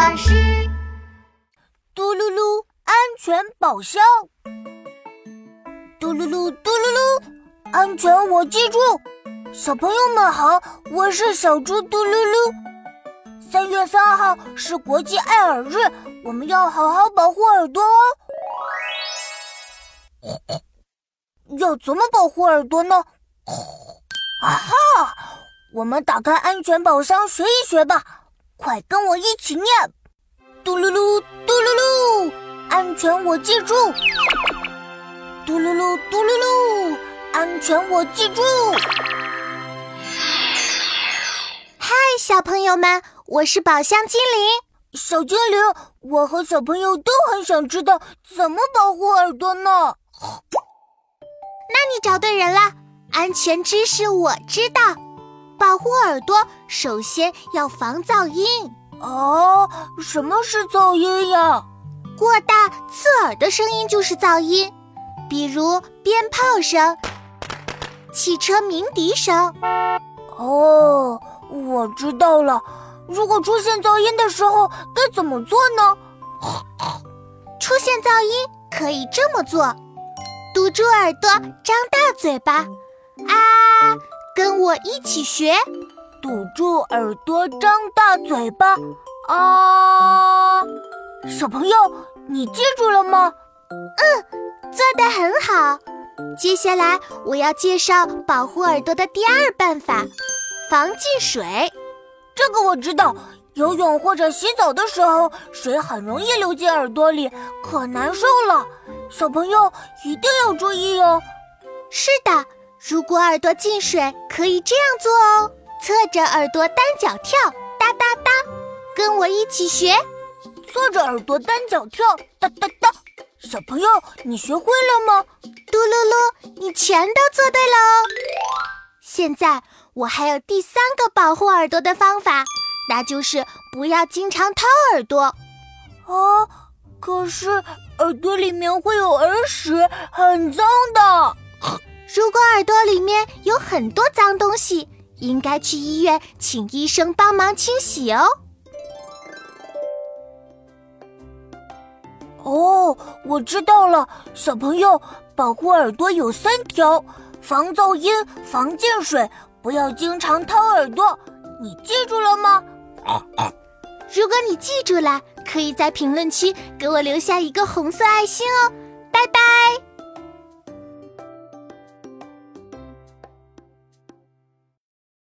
老师。 嘟噜噜，安全宝箱。嘟噜噜，嘟噜噜，安全我记住。小朋友们好，我是小猪嘟噜噜。3月3号是国际爱耳日，我们要好好保护耳朵哦。要怎么保护耳朵呢？啊哈！我们打开安全宝箱学一学吧，快跟我一起念：嘟噜噜，嘟噜噜，安全我记住。嘟噜噜，嘟噜噜，安全我记住。 嗨，小朋友们，我是宝箱精灵。 小精灵，我和小朋友都很想知道怎么保护耳朵呢？ 那你找对人了，安全知识我知道。保护耳朵，首先要防噪音。 哦，什么是噪音呀？ 过大刺耳的声音就是噪音，比如鞭炮声、汽车鸣笛声。 哦，我知道了。如果出现噪音的时候该怎么做呢？ 出现噪音可以这么做：堵住耳朵，张大嘴巴，啊！跟我一起学。 堵住耳朵，张大嘴巴，啊！小朋友，你记住了吗？ 做得很好。接下来我要介绍保护耳朵的第二办法：防进水。 这个我知道，游泳或者洗澡的时候，水很容易流进耳朵里，可难受了。小朋友一定要注意哦。 是的，如果耳朵进水，可以这样做哦：侧着耳朵单脚跳，哒哒哒，跟我一起学。 侧着耳朵单脚跳，哒哒哒。小朋友，你学会了吗？ 嘟噜噜，你全都做对了哦。现在我还有第3个保护耳朵的方法，那就是不要经常掏耳朵。 啊，可是耳朵里面会有耳屎，很脏的。 如果耳朵里面有很多脏东西，应该去医院请医生帮忙清洗哦。 哦，我知道了，小朋友，保护耳朵有3条：防噪音、防进水，不要经常掏耳朵。你记住了吗？ 如果你记住了，可以在评论区给我留下一个红色爱心哦。拜拜。